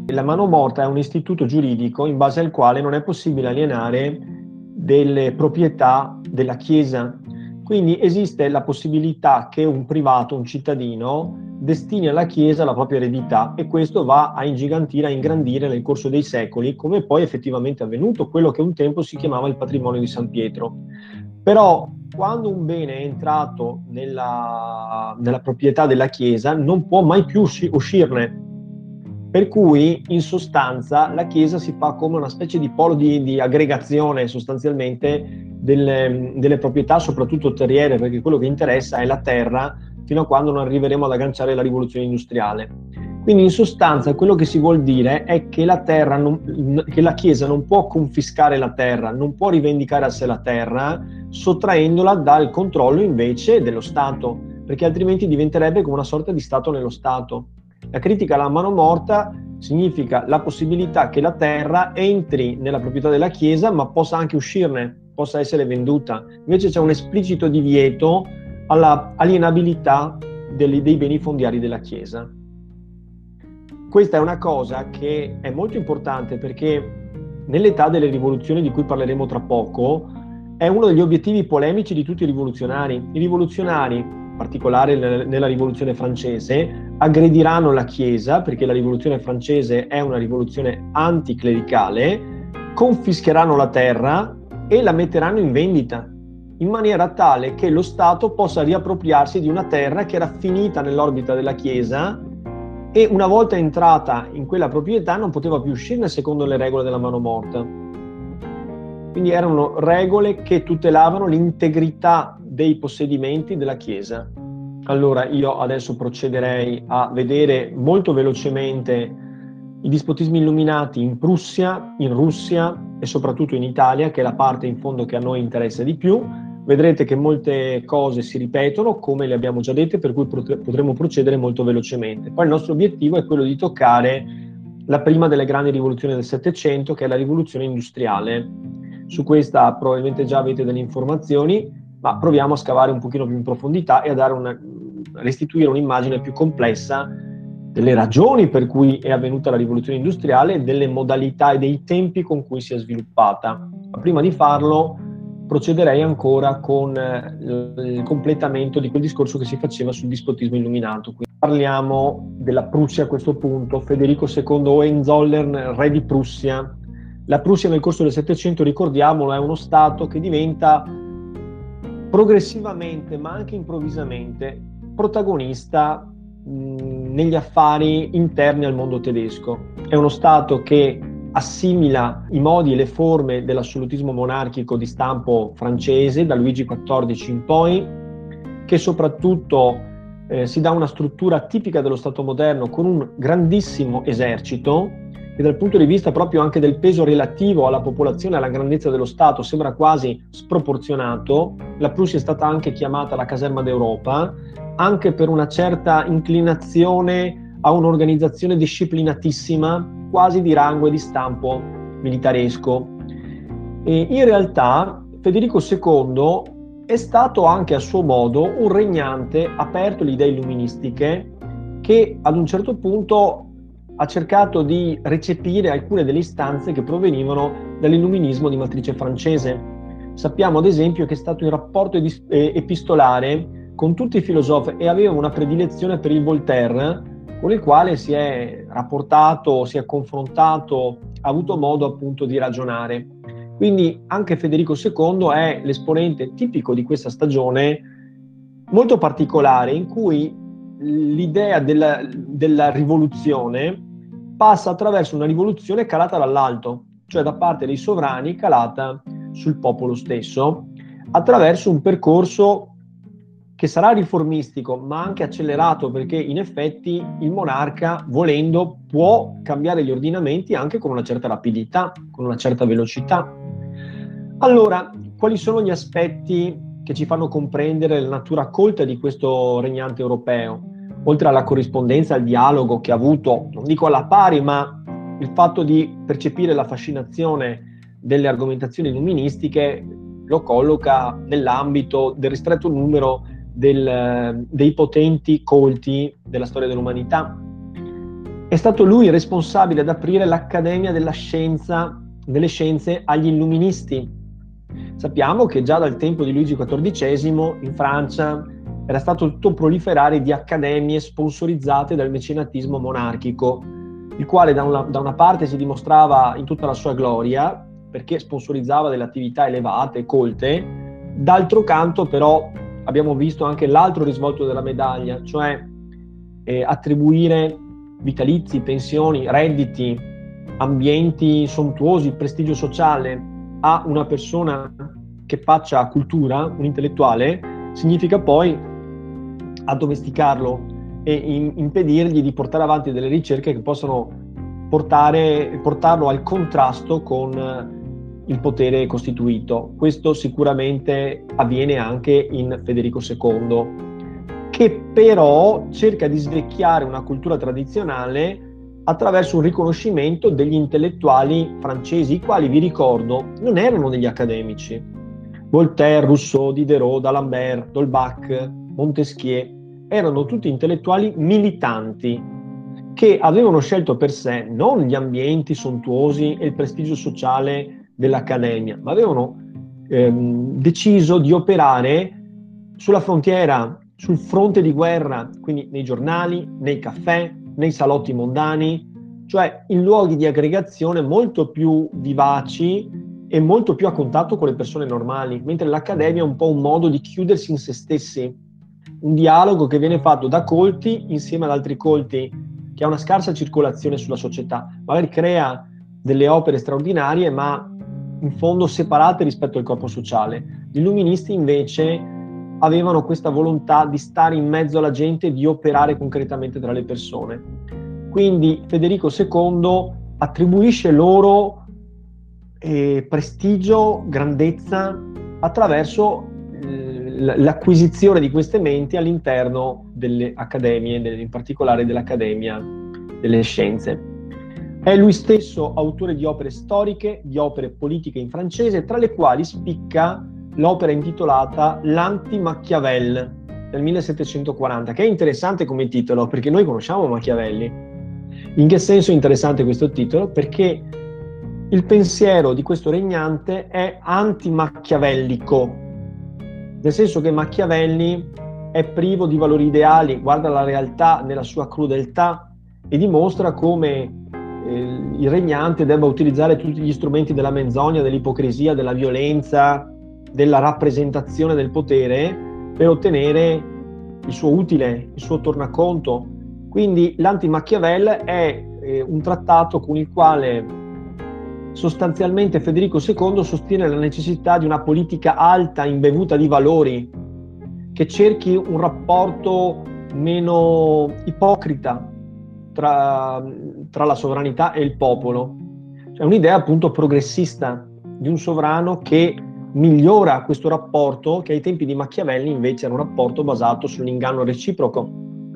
La mano morta è un istituto giuridico in base al quale non è possibile alienare delle proprietà della Chiesa. Quindi esiste la possibilità che un privato, un cittadino, destini alla Chiesa la propria eredità, e questo va a ingigantire, a ingrandire nel corso dei secoli, come poi effettivamente è avvenuto, quello che un tempo si chiamava il patrimonio di San Pietro. Però quando un bene è entrato nella proprietà della Chiesa non può mai più uscirne. Per cui in sostanza la Chiesa si fa come una specie di polo di aggregazione sostanzialmente delle proprietà, soprattutto terriere, perché quello che interessa è la terra fino a quando non arriveremo ad agganciare la rivoluzione industriale. Quindi in sostanza quello che si vuol dire è che che la Chiesa non può confiscare la terra, non può rivendicare a sé la terra, sottraendola dal controllo invece dello Stato, perché altrimenti diventerebbe come una sorta di Stato nello Stato. La critica alla mano morta significa la possibilità che la terra entri nella proprietà della Chiesa, ma possa anche uscirne, possa essere venduta. Invece c'è un esplicito divieto alla alienabilità dei beni fondiari della Chiesa. Questa è una cosa che è molto importante perché nell'età delle rivoluzioni, di cui parleremo tra poco, è uno degli obiettivi polemici di tutti i rivoluzionari. I rivoluzionari, in particolare nella rivoluzione francese, aggrediranno la Chiesa, perché la rivoluzione francese è una rivoluzione anticlericale, confischeranno la terra e la metteranno in vendita, in maniera tale che lo Stato possa riappropriarsi di una terra che era finita nell'orbita della Chiesa e una volta entrata in quella proprietà non poteva più uscirne secondo le regole della mano morta. Quindi erano regole che tutelavano l'integrità dei possedimenti della Chiesa. Allora io adesso procederei a vedere molto velocemente i dispotismi illuminati in Prussia, in Russia e soprattutto in Italia, che è la parte in fondo che a noi interessa di più. Vedrete che molte cose si ripetono, come le abbiamo già dette, per cui potremo procedere molto velocemente. Poi il nostro obiettivo è quello di toccare la prima delle grandi rivoluzioni del Settecento, che è la rivoluzione industriale. Su questa probabilmente già avete delle informazioni, ma proviamo a scavare un pochino più in profondità e a restituire un'immagine più complessa delle ragioni per cui è avvenuta la rivoluzione industriale e delle modalità e dei tempi con cui si è sviluppata. Ma prima di farlo procederei ancora con il completamento di quel discorso che si faceva sul dispotismo illuminato. Quindi parliamo della Prussia a questo punto. Federico II Hohenzollern, re di Prussia. La Prussia nel corso del Settecento, ricordiamolo, è uno Stato che diventa progressivamente, ma anche improvvisamente, protagonista negli affari interni al mondo tedesco. È uno Stato che assimila i modi e le forme dell'assolutismo monarchico di stampo francese, da Luigi XIV in poi, che soprattutto si dà una struttura tipica dello Stato moderno con un grandissimo esercito, che dal punto di vista proprio anche del peso relativo alla popolazione e alla grandezza dello Stato sembra quasi sproporzionato. La Prussia è stata anche chiamata la caserma d'Europa, anche per una certa inclinazione a un'organizzazione disciplinatissima, quasi di rango e di stampo militaresco. E in realtà Federico II è stato anche a suo modo un regnante aperto alle idee illuministiche, che ad un certo punto ha cercato di recepire alcune delle istanze che provenivano dall'illuminismo di matrice francese. Sappiamo ad esempio che è stato in rapporto epistolare con tutti i filosofi e aveva una predilezione per il Voltaire, con il quale si è rapportato, si è confrontato, ha avuto modo appunto di ragionare. Quindi anche Federico II è l'esponente tipico di questa stagione molto particolare, in cui l'idea della rivoluzione passa attraverso una rivoluzione calata dall'alto, cioè da parte dei sovrani calata sul popolo stesso, attraverso un percorso che sarà riformistico, ma anche accelerato, perché in effetti il monarca, volendo, può cambiare gli ordinamenti anche con una certa rapidità, con una certa velocità. Allora, quali sono gli aspetti che ci fanno comprendere la natura colta di questo regnante europeo? Oltre alla corrispondenza, al dialogo che ha avuto, non dico alla pari, ma il fatto di percepire la fascinazione delle argomentazioni illuministiche lo colloca nell'ambito del ristretto numero dei potenti colti della storia dell'umanità. È stato lui responsabile ad aprire l'Accademia delle Scienze agli Illuministi. Sappiamo che già dal tempo di Luigi XIV in Francia era stato tutto un proliferare di accademie sponsorizzate dal mecenatismo monarchico, il quale da una parte si dimostrava in tutta la sua gloria, perché sponsorizzava delle attività elevate, colte, d'altro canto però abbiamo visto anche l'altro risvolto della medaglia, cioè attribuire vitalizi, pensioni, redditi, ambienti sontuosi, prestigio sociale a una persona che faccia cultura, un intellettuale, significa poi addomesticarlo e impedirgli di portare avanti delle ricerche che possano portarlo al contrasto con il potere costituito. Questo sicuramente avviene anche in Federico II, che però cerca di svecchiare una cultura tradizionale attraverso un riconoscimento degli intellettuali francesi, i quali, vi ricordo, non erano degli accademici. Voltaire, Rousseau, Diderot, d'Alembert, d'Holbach, Montesquieu erano tutti intellettuali militanti che avevano scelto per sé non gli ambienti sontuosi e il prestigio sociale dell'accademia, ma avevano deciso di operare sulla frontiera, sul fronte di guerra, quindi nei giornali, nei caffè, nei salotti mondani, cioè in luoghi di aggregazione molto più vivaci e molto più a contatto con le persone normali, mentre l'accademia è un po' un modo di chiudersi in se stessi, un dialogo che viene fatto da colti insieme ad altri colti, che ha una scarsa circolazione sulla società, magari crea delle opere straordinarie, ma in fondo separate rispetto al corpo sociale. Gli illuministi invece avevano questa volontà di stare in mezzo alla gente e di operare concretamente tra le persone. Quindi Federico II attribuisce loro prestigio, grandezza attraverso l'acquisizione di queste menti all'interno delle accademie, in particolare dell'Accademia delle Scienze. È lui stesso autore di opere storiche, di opere politiche in francese, tra le quali spicca l'opera intitolata L'Anti-Machiavel del 1740, che è interessante come titolo perché noi conosciamo Machiavelli. In che senso è interessante questo titolo? Perché il pensiero di questo regnante è anti-machiavellico, nel senso che Machiavelli è privo di valori ideali, guarda la realtà nella sua crudeltà e dimostra come il regnante debba utilizzare tutti gli strumenti della menzogna, dell'ipocrisia, della violenza, della rappresentazione del potere per ottenere il suo utile, il suo tornaconto. Quindi l'Anti-Machiavel è un trattato con il quale sostanzialmente Federico II sostiene la necessità di una politica alta, imbevuta di valori, che cerchi un rapporto meno ipocrita tra la sovranità e il popolo. Cioè un'idea appunto progressista di un sovrano che migliora questo rapporto, che ai tempi di Machiavelli invece era un rapporto basato sull'inganno reciproco.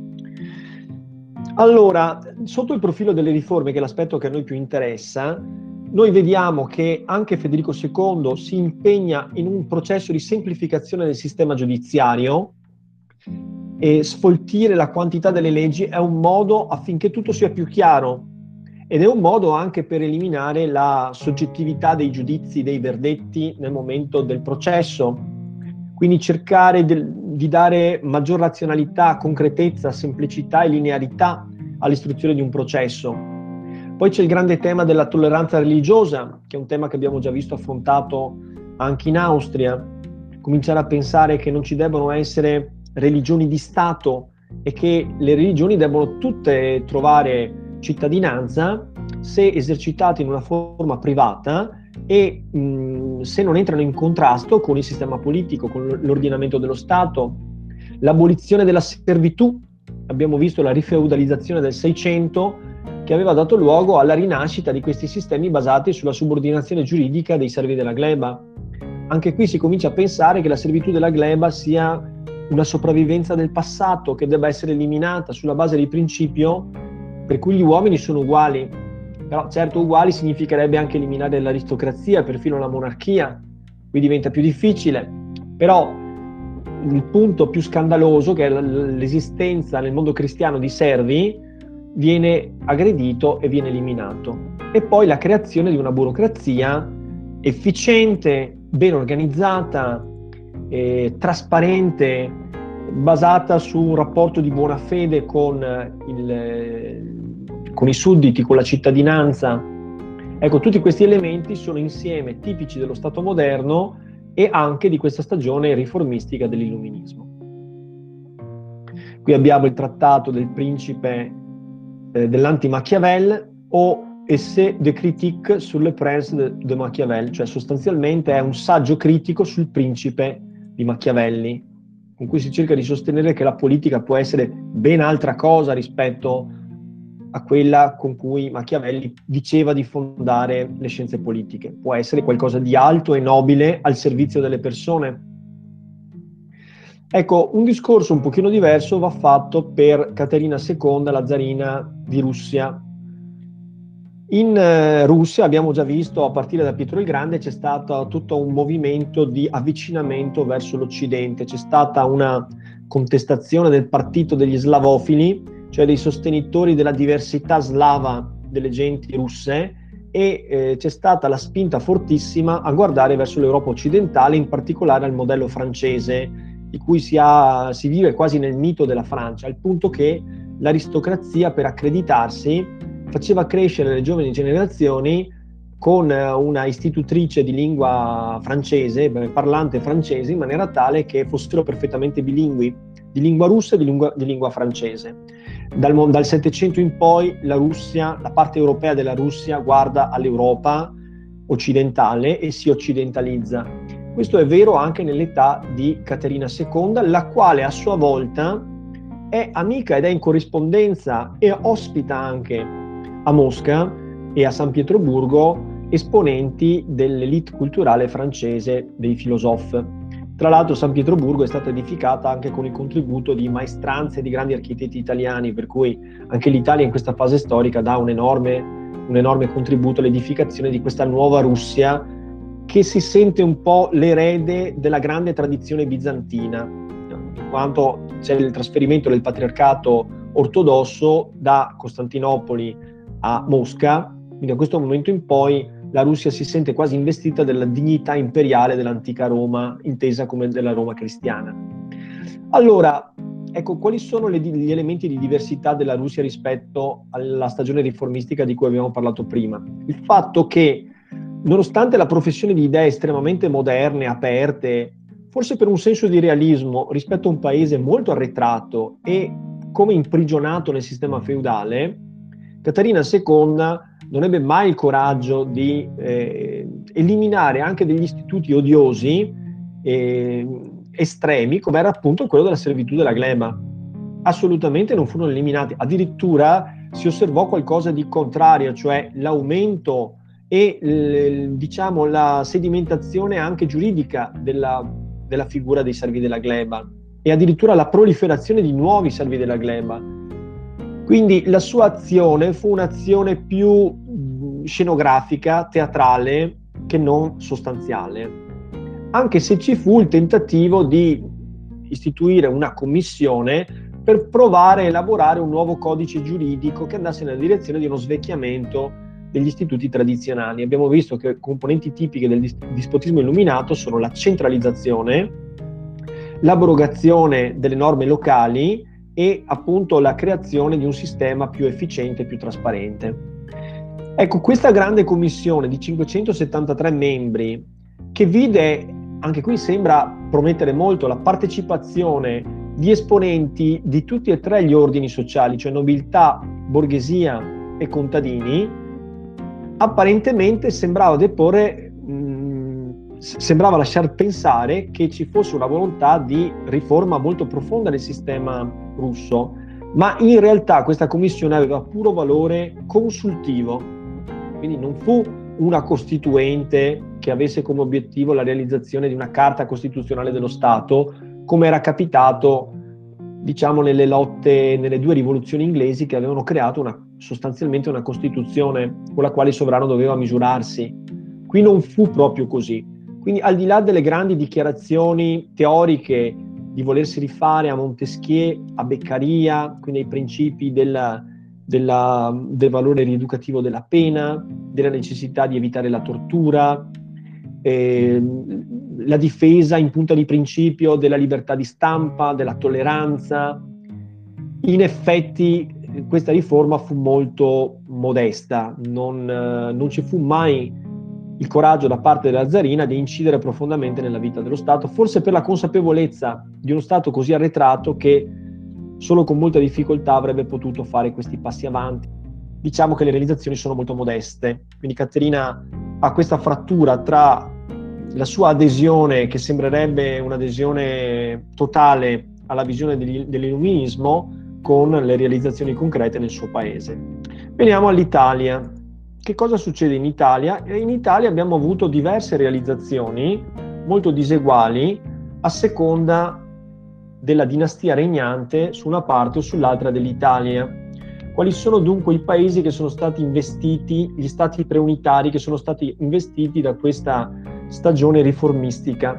Allora, sotto il profilo delle riforme, che è l'aspetto che a noi più interessa, noi vediamo che anche Federico II si impegna in un processo di semplificazione del sistema giudiziario, e sfoltire la quantità delle leggi è un modo affinché tutto sia più chiaro, ed è un modo anche per eliminare la soggettività dei giudizi, dei verdetti nel momento del processo. Quindi cercare di dare maggior razionalità, concretezza, semplicità e linearità all'istruzione di un processo. Poi c'è il grande tema della tolleranza religiosa, che è un tema che abbiamo già visto affrontato anche in Austria. Cominciare a pensare che non ci debbano essere religioni di Stato e che le religioni debbano tutte trovare cittadinanza se esercitate in una forma privata e se non entrano in contrasto con il sistema politico, con l'ordinamento dello Stato. L'abolizione della servitù, abbiamo visto la rifeudalizzazione del Seicento, che aveva dato luogo alla rinascita di questi sistemi basati sulla subordinazione giuridica dei servi della gleba. Anche qui si comincia a pensare che la servitù della gleba sia una sopravvivenza del passato, che debba essere eliminata sulla base del principio per cui gli uomini sono uguali. Però certo, uguali significherebbe anche eliminare l'aristocrazia, perfino la monarchia, qui diventa più difficile. Però il punto più scandaloso, che è l'esistenza nel mondo cristiano di servi, viene aggredito e viene eliminato. E poi la creazione di una burocrazia efficiente, ben organizzata, trasparente, basata su un rapporto di buona fede con i sudditi, con la cittadinanza. Ecco, tutti questi elementi sono insieme tipici dello Stato moderno e anche di questa stagione riformistica dell'Illuminismo. Qui abbiamo il trattato del principe dell'anti-Machiavel o Essai de critique sur le prince de Machiavel, cioè sostanzialmente è un saggio critico sul principe di Machiavelli, con cui si cerca di sostenere che la politica può essere ben altra cosa rispetto a quella con cui Machiavelli diceva di fondare le scienze politiche. Può essere qualcosa di alto e nobile al servizio delle persone. Ecco, un discorso un pochino diverso va fatto per Caterina II, la zarina di Russia. In Russia abbiamo già visto, a partire da Pietro il Grande, c'è stato tutto un movimento di avvicinamento verso l'Occidente, c'è stata una contestazione del partito degli slavofili, cioè dei sostenitori della diversità slava delle genti russe, e c'è stata la spinta fortissima a guardare verso l'Europa occidentale, in particolare al modello francese, di cui si vive quasi nel mito della Francia, al punto che l'aristocrazia, per accreditarsi, faceva crescere le giovani generazioni con una istitutrice di lingua francese, parlante francese, in maniera tale che fossero perfettamente bilingui, di lingua russa e di lingua francese. Dal Settecento in poi la Russia, la parte europea della Russia, guarda all'Europa occidentale e si occidentalizza. Questo è vero anche nell'età di Caterina II, la quale a sua volta è amica ed è in corrispondenza e ospita anche a Mosca e a San Pietroburgo esponenti dell'elite culturale francese dei filosofi. Tra l'altro San Pietroburgo è stata edificata anche con il contributo di maestranze di grandi architetti italiani, per cui anche l'Italia in questa fase storica dà un enorme contributo all'edificazione di questa nuova Russia che si sente un po' l'erede della grande tradizione bizantina, in quanto c'è il trasferimento del patriarcato ortodosso da Costantinopoli a Mosca, quindi da questo momento in poi la Russia si sente quasi investita della dignità imperiale dell'antica Roma, intesa come della Roma cristiana. Allora, ecco, quali sono gli elementi di diversità della Russia rispetto alla stagione riformistica di cui abbiamo parlato prima? Il fatto che, nonostante la professione di idee estremamente moderne, aperte, forse per un senso di realismo rispetto a un paese molto arretrato e come imprigionato nel sistema feudale, Caterina II non ebbe mai il coraggio di eliminare anche degli istituti odiosi, estremi, come era appunto quello della servitù della gleba. Assolutamente non furono eliminati, addirittura si osservò qualcosa di contrario, cioè l'aumento e diciamo la sedimentazione anche giuridica della figura dei servi della gleba e addirittura la proliferazione di nuovi servi della gleba. Quindi la sua azione fu un'azione più scenografica, teatrale, che non sostanziale, anche se ci fu il tentativo di istituire una commissione per provare a elaborare un nuovo codice giuridico che andasse nella direzione di uno svecchiamento degli istituti tradizionali. Abbiamo visto che componenti tipiche del dispotismo illuminato sono la centralizzazione, l'abrogazione delle norme locali e appunto la creazione di un sistema più efficiente e più trasparente. Ecco, questa grande commissione di 573 membri, che vide, anche qui sembra promettere molto, la partecipazione di esponenti di tutti e tre gli ordini sociali, cioè nobiltà, borghesia e contadini, apparentemente sembrava lasciar pensare che ci fosse una volontà di riforma molto profonda del sistema russo, ma in realtà questa commissione aveva puro valore consultivo, quindi non fu una costituente che avesse come obiettivo la realizzazione di una carta costituzionale dello Stato, come era capitato, diciamo, nelle lotte, nelle due rivoluzioni inglesi che avevano creato sostanzialmente una costituzione con la quale il sovrano doveva misurarsi. Qui non fu proprio così. Quindi al di là delle grandi dichiarazioni teoriche di volersi rifare a Montesquieu, a Beccaria, quindi ai principi del valore rieducativo della pena, della necessità di evitare la tortura, la difesa in punta di principio della libertà di stampa, della tolleranza. In effetti questa riforma fu molto modesta, non ci fu mai il coraggio da parte della zarina di incidere profondamente nella vita dello Stato, forse per la consapevolezza di uno Stato così arretrato che solo con molta difficoltà avrebbe potuto fare questi passi avanti. Diciamo che le realizzazioni sono molto modeste, quindi Caterina ha questa frattura tra la sua adesione, che sembrerebbe un'adesione totale alla visione dell'illuminismo, con le realizzazioni concrete nel suo paese. Veniamo all'Italia. Che cosa succede in Italia? In Italia abbiamo avuto diverse realizzazioni molto diseguali a seconda della dinastia regnante su una parte o sull'altra dell'Italia. Quali sono dunque i paesi che sono stati investiti, gli stati preunitari che sono stati investiti da questa stagione riformistica?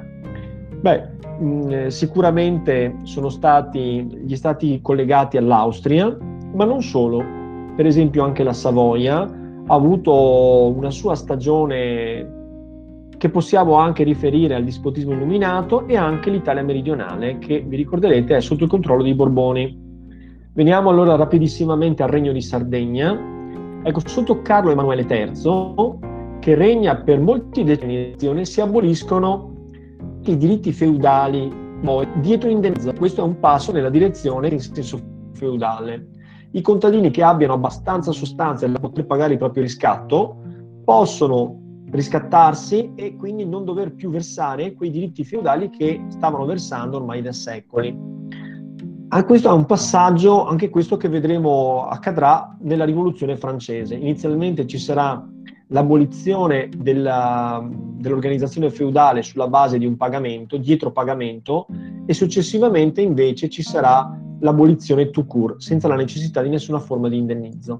Sicuramente sono stati gli stati collegati all'Austria, ma non solo. Per esempio anche la Savoia ha avuto una sua stagione che possiamo anche riferire al dispotismo illuminato, e anche l'Italia meridionale, che vi ricorderete è sotto il controllo dei Borboni. Veniamo allora rapidissimamente al Regno di Sardegna. Ecco, sotto Carlo Emanuele III, che regna per molti decenni, si aboliscono i diritti feudali dietro indennizzo. Questo è un passo nella direzione in senso feudale. I contadini che abbiano abbastanza sostanza da poter pagare il proprio riscatto possono riscattarsi e quindi non dover più versare quei diritti feudali che stavano versando ormai da secoli. Questo è un passaggio, anche questo, che vedremo accadrà nella Rivoluzione francese. Inizialmente ci sarà l'abolizione dell'organizzazione feudale sulla base di un pagamento, dietro pagamento, e successivamente invece ci sarà l'abolizione tout court, senza la necessità di nessuna forma di indennizzo.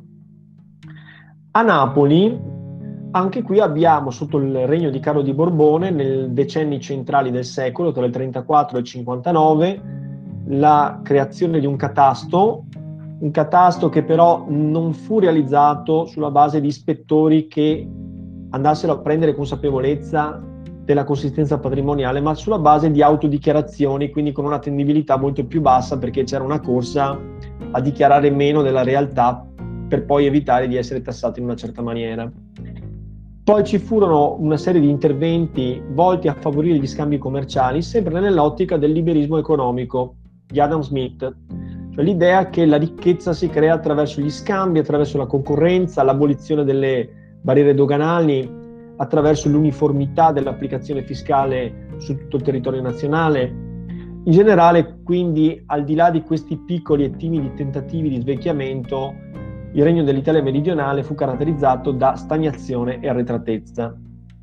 A Napoli, anche qui abbiamo, sotto il regno di Carlo di Borbone, nei decenni centrali del secolo, tra il 34 e il 59, la creazione di un catasto che però non fu realizzato sulla base di ispettori che andassero a prendere consapevolezza della consistenza patrimoniale, ma sulla base di autodichiarazioni, quindi con un'attendibilità molto più bassa, perché c'era una corsa a dichiarare meno della realtà per poi evitare di essere tassati in una certa maniera. Poi ci furono una serie di interventi volti a favorire gli scambi commerciali, sempre nell'ottica del liberismo economico di Adam Smith, cioè l'idea che la ricchezza si crea attraverso gli scambi, attraverso la concorrenza, l'abolizione delle barriere doganali, attraverso l'uniformità dell'applicazione fiscale su tutto il territorio nazionale. In generale, quindi, al di là di questi piccoli e timidi tentativi di svecchiamento, il regno dell'Italia meridionale fu caratterizzato da stagnazione e arretratezza.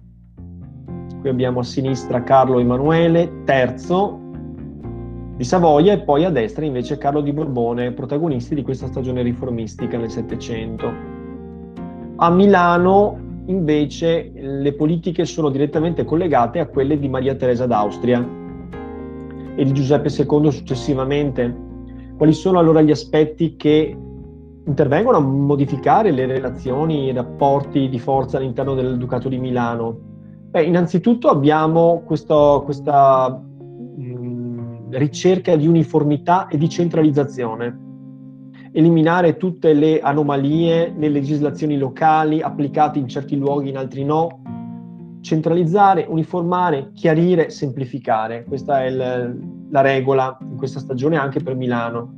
Qui abbiamo a sinistra Carlo Emanuele III di Savoia, e poi a destra invece Carlo di Borbone, protagonisti di questa stagione riformistica nel Settecento. A Milano invece le politiche sono direttamente collegate a quelle di Maria Teresa d'Austria e di Giuseppe II successivamente. Quali sono allora gli aspetti che intervengono a modificare le relazioni, i rapporti di forza all'interno del Ducato di Milano? Innanzitutto abbiamo questa ricerca di uniformità e di centralizzazione. Eliminare tutte le anomalie nelle legislazioni locali applicate in certi luoghi, in altri no. Centralizzare, uniformare, chiarire, semplificare. Questa è la regola in questa stagione anche per Milano.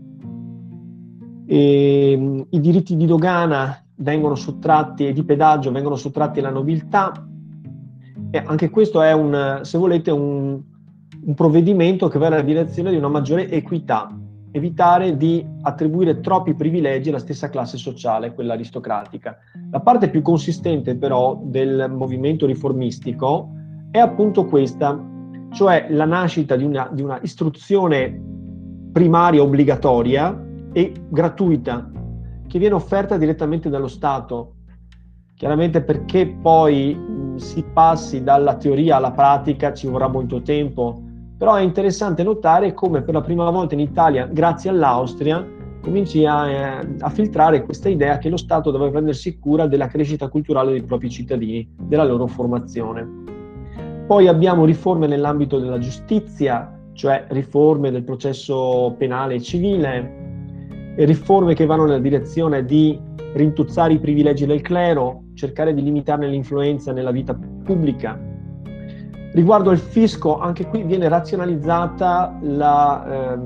I diritti di dogana vengono sottratti, e di pedaggio vengono sottratti alla nobiltà, e anche questo è se volete un provvedimento che va nella direzione di una maggiore equità, evitare di attribuire troppi privilegi alla stessa classe sociale, quella aristocratica. La parte più consistente però del movimento riformistico è appunto questa, cioè la nascita di una istruzione primaria obbligatoria e gratuita, che viene offerta direttamente dallo Stato. Chiaramente, perché poi si passi dalla teoria alla pratica ci vorrà molto tempo, però è interessante notare come per la prima volta in Italia, grazie all'Austria, cominci a filtrare questa idea che lo Stato deve prendersi cura della crescita culturale dei propri cittadini, della loro formazione. Poi abbiamo riforme nell'ambito della giustizia, cioè riforme del processo penale e civile, riforme che vanno nella direzione di rintuzzare i privilegi del clero, cercare di limitarne l'influenza nella vita pubblica. Riguardo al fisco, anche qui viene razionalizzata la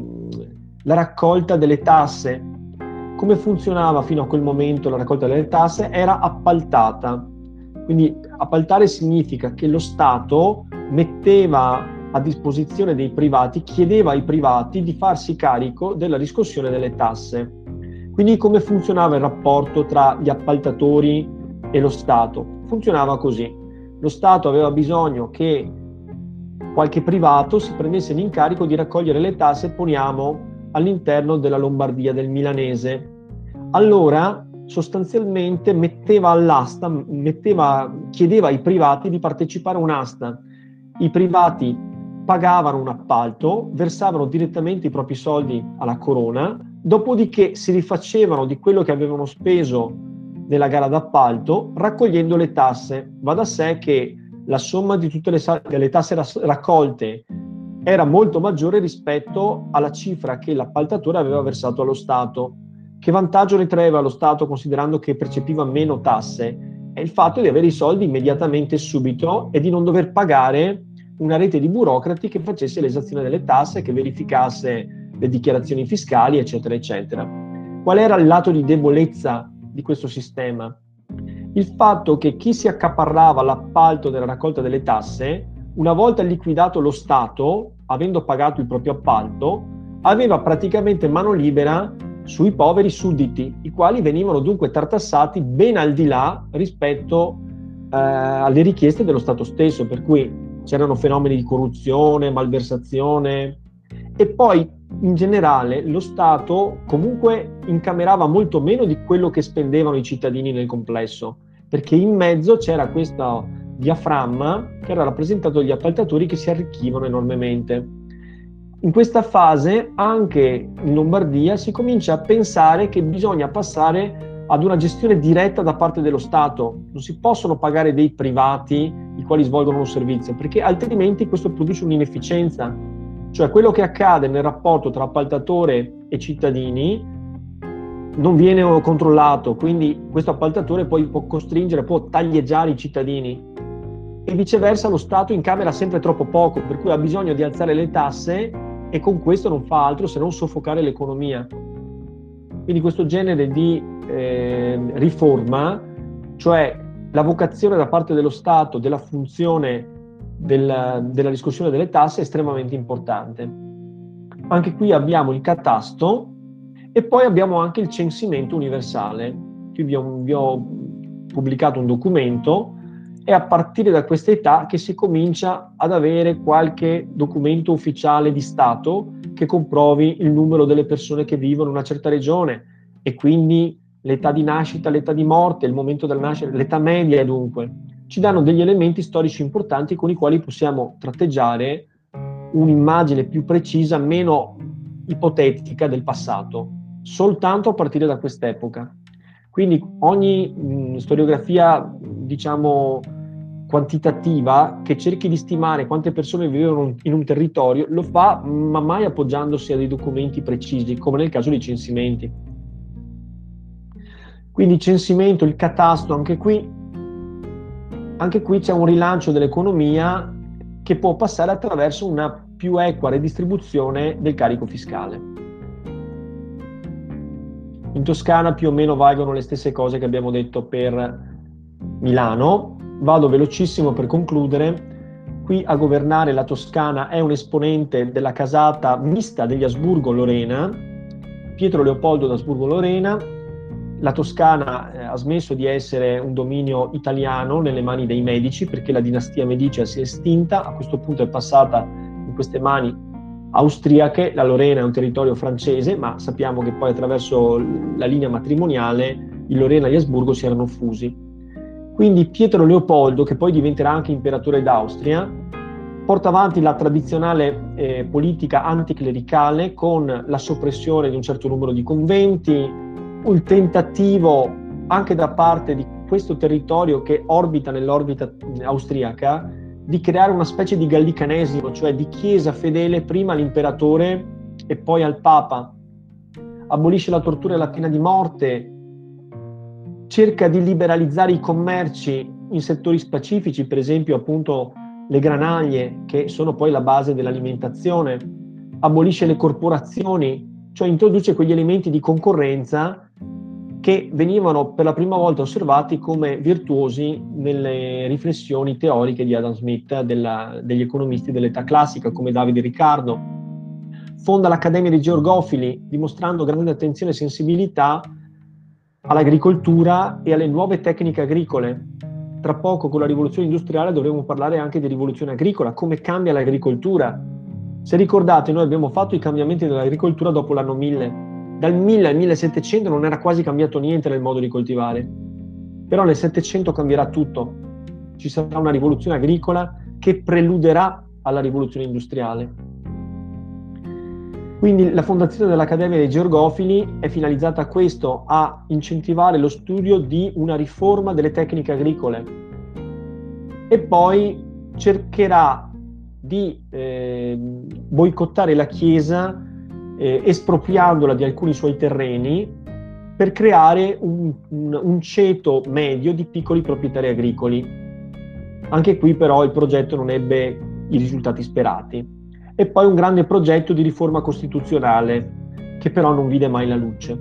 raccolta delle tasse. Come funzionava fino a quel momento la raccolta delle tasse? Era appaltata. Quindi appaltare significa che lo Stato metteva a disposizione dei privati, chiedeva ai privati di farsi carico della riscossione delle tasse. Quindi come funzionava il rapporto tra gli appaltatori e lo Stato? Funzionava così. Lo Stato aveva bisogno che qualche privato si prendesse l'incarico di raccogliere le tasse, poniamo, all'interno della Lombardia, del Milanese. Allora, sostanzialmente metteva all'asta, chiedeva ai privati di partecipare a un'asta. I privati pagavano un appalto, versavano direttamente i propri soldi alla corona, dopodiché si rifacevano di quello che avevano speso nella gara d'appalto raccogliendo le tasse. Va da sé che la somma di tutte le tasse raccolte era molto maggiore rispetto alla cifra che l'appaltatore aveva versato allo Stato. Che vantaggio ne traeva lo Stato considerando che percepiva meno tasse? È il fatto di avere i soldi immediatamente subito e di non dover pagare una rete di burocrati che facesse l'esazione delle tasse, che verificasse le dichiarazioni fiscali, eccetera, eccetera. Qual era il lato di debolezza di questo sistema? Il fatto che chi si accaparrava l'appalto della raccolta delle tasse, una volta liquidato lo Stato, avendo pagato il proprio appalto, aveva praticamente mano libera sui poveri sudditi, i quali venivano dunque tartassati ben al di là rispetto alle richieste dello Stato stesso, per cui c'erano fenomeni di corruzione, malversazione, e poi in generale lo Stato comunque incamerava molto meno di quello che spendevano i cittadini nel complesso, perché in mezzo c'era questo diaframma che era rappresentato dagli appaltatori che si arricchivano enormemente. In questa fase anche in Lombardia si comincia a pensare che bisogna passare ad una gestione diretta da parte dello Stato. Non si possono pagare dei privati i quali svolgono un servizio, perché altrimenti questo produce un'inefficienza. Cioè quello che accade nel rapporto tra appaltatore e cittadini non viene controllato, quindi questo appaltatore poi può costringere, può taglieggiare i cittadini, e viceversa lo Stato incamera sempre troppo poco, per cui ha bisogno di alzare le tasse e con questo non fa altro se non soffocare l'economia. Quindi questo genere di riforma, cioè la vocazione da parte dello Stato della funzione della riscossione delle tasse, è estremamente importante. Anche qui abbiamo il catasto e poi abbiamo anche il censimento universale. Qui vi ho pubblicato un documento. È a partire da questa età che si comincia ad avere qualche documento ufficiale di Stato che comprovi il numero delle persone che vivono in una certa regione e quindi l'età di nascita, l'età di morte, il momento della nascita, l'età media dunque. Ci danno degli elementi storici importanti con i quali possiamo tratteggiare un'immagine più precisa, meno ipotetica del passato, soltanto a partire da quest'epoca. Quindi ogni storiografia, diciamo, quantitativa che cerchi di stimare quante persone vivevano in un territorio lo fa, ma mai appoggiandosi a dei documenti precisi, come nel caso dei censimenti. Quindi censimento, il catasto, anche qui c'è un rilancio dell'economia che può passare attraverso una più equa redistribuzione del carico fiscale. In Toscana più o meno valgono le stesse cose che abbiamo detto per Milano. Vado velocissimo per concludere. Qui a governare la Toscana è un esponente della casata mista degli Asburgo-Lorena, Pietro Leopoldo d'Asburgo-Lorena. La Toscana ha smesso di essere un dominio italiano nelle mani dei Medici, perché la dinastia Medicia si è estinta, a questo punto è passata in queste mani austriache. La Lorena è un territorio francese, ma sappiamo che poi attraverso la linea matrimoniale il Lorena e gli Asburgo si erano fusi. Quindi Pietro Leopoldo, che poi diventerà anche imperatore d'Austria, porta avanti la tradizionale politica anticlericale con la soppressione di un certo numero di conventi, un tentativo anche da parte di questo territorio che orbita nell'orbita austriaca di creare una specie di gallicanesimo, cioè di chiesa fedele prima all'imperatore e poi al papa. Abolisce la tortura e la pena di morte, cerca di liberalizzare i commerci in settori specifici, per esempio appunto le granaglie, che sono poi la base dell'alimentazione, abolisce le corporazioni, cioè introduce quegli elementi di concorrenza che venivano per la prima volta osservati come virtuosi nelle riflessioni teoriche di Adam Smith, degli economisti dell'età classica, come Davide Riccardo. Fonda l'Accademia dei Georgofili, dimostrando grande attenzione e sensibilità all'agricoltura e alle nuove tecniche agricole. Tra poco, con la rivoluzione industriale, dovremo parlare anche di rivoluzione agricola, come cambia l'agricoltura. Se ricordate, noi abbiamo fatto i cambiamenti dell'agricoltura dopo l'anno 1000. Dal 1000 al 1700 non era quasi cambiato niente nel modo di coltivare, però nel 700 cambierà tutto. Ci sarà una rivoluzione agricola che preluderà alla rivoluzione industriale. Quindi la fondazione dell'Accademia dei Georgofili è finalizzata a questo, a incentivare lo studio di una riforma delle tecniche agricole, e poi cercherà di boicottare la Chiesa espropriandola di alcuni suoi terreni per creare un ceto medio di piccoli proprietari agricoli. Anche qui però il progetto non ebbe i risultati sperati. E poi un grande progetto di riforma costituzionale che però non vide mai la luce.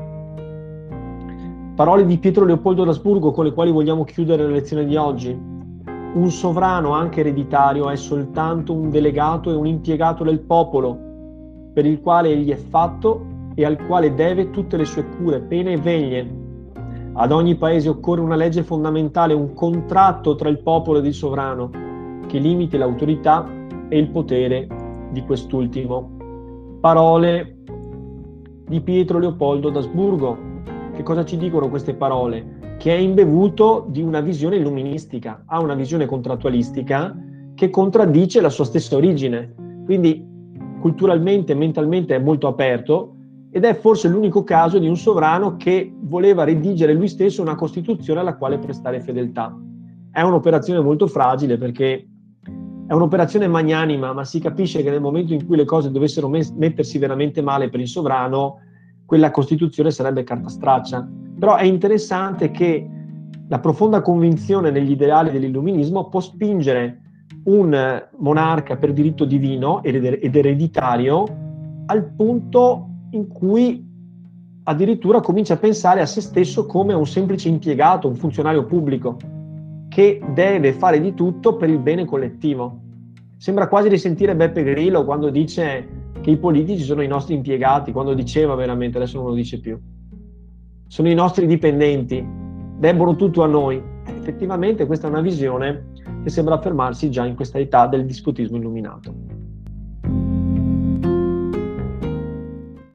Parole di Pietro Leopoldo d'Asburgo con le quali vogliamo chiudere la lezione di oggi. Un sovrano anche ereditario è soltanto un delegato e un impiegato del popolo, per il quale egli è fatto e al quale deve tutte le sue cure, pene e veglie. Ad ogni paese occorre una legge fondamentale, un contratto tra il popolo ed il sovrano, che limiti l'autorità e il potere di quest'ultimo. Parole di Pietro Leopoldo d'Asburgo. Che cosa ci dicono queste parole? Che è imbevuto di una visione illuministica, ha una visione contrattualistica che contraddice la sua stessa origine. Quindi culturalmente e mentalmente è molto aperto ed è forse l'unico caso di un sovrano che voleva redigere lui stesso una Costituzione alla quale prestare fedeltà. È un'operazione molto fragile perché è un'operazione magnanima, ma si capisce che nel momento in cui le cose dovessero mettersi veramente male per il sovrano, quella Costituzione sarebbe carta straccia. Però è interessante che la profonda convinzione negli ideali dell'illuminismo può spingere un monarca per diritto divino ed ereditario al punto in cui addirittura comincia a pensare a se stesso come un semplice impiegato, un funzionario pubblico che deve fare di tutto per il bene collettivo. Sembra quasi di sentire Beppe Grillo quando dice che i politici sono i nostri impiegati, quando diceva veramente, adesso non lo dice più. Sono i nostri dipendenti, debbono tutto a noi. Effettivamente questa è una visione che sembra affermarsi già in questa età del dispotismo illuminato.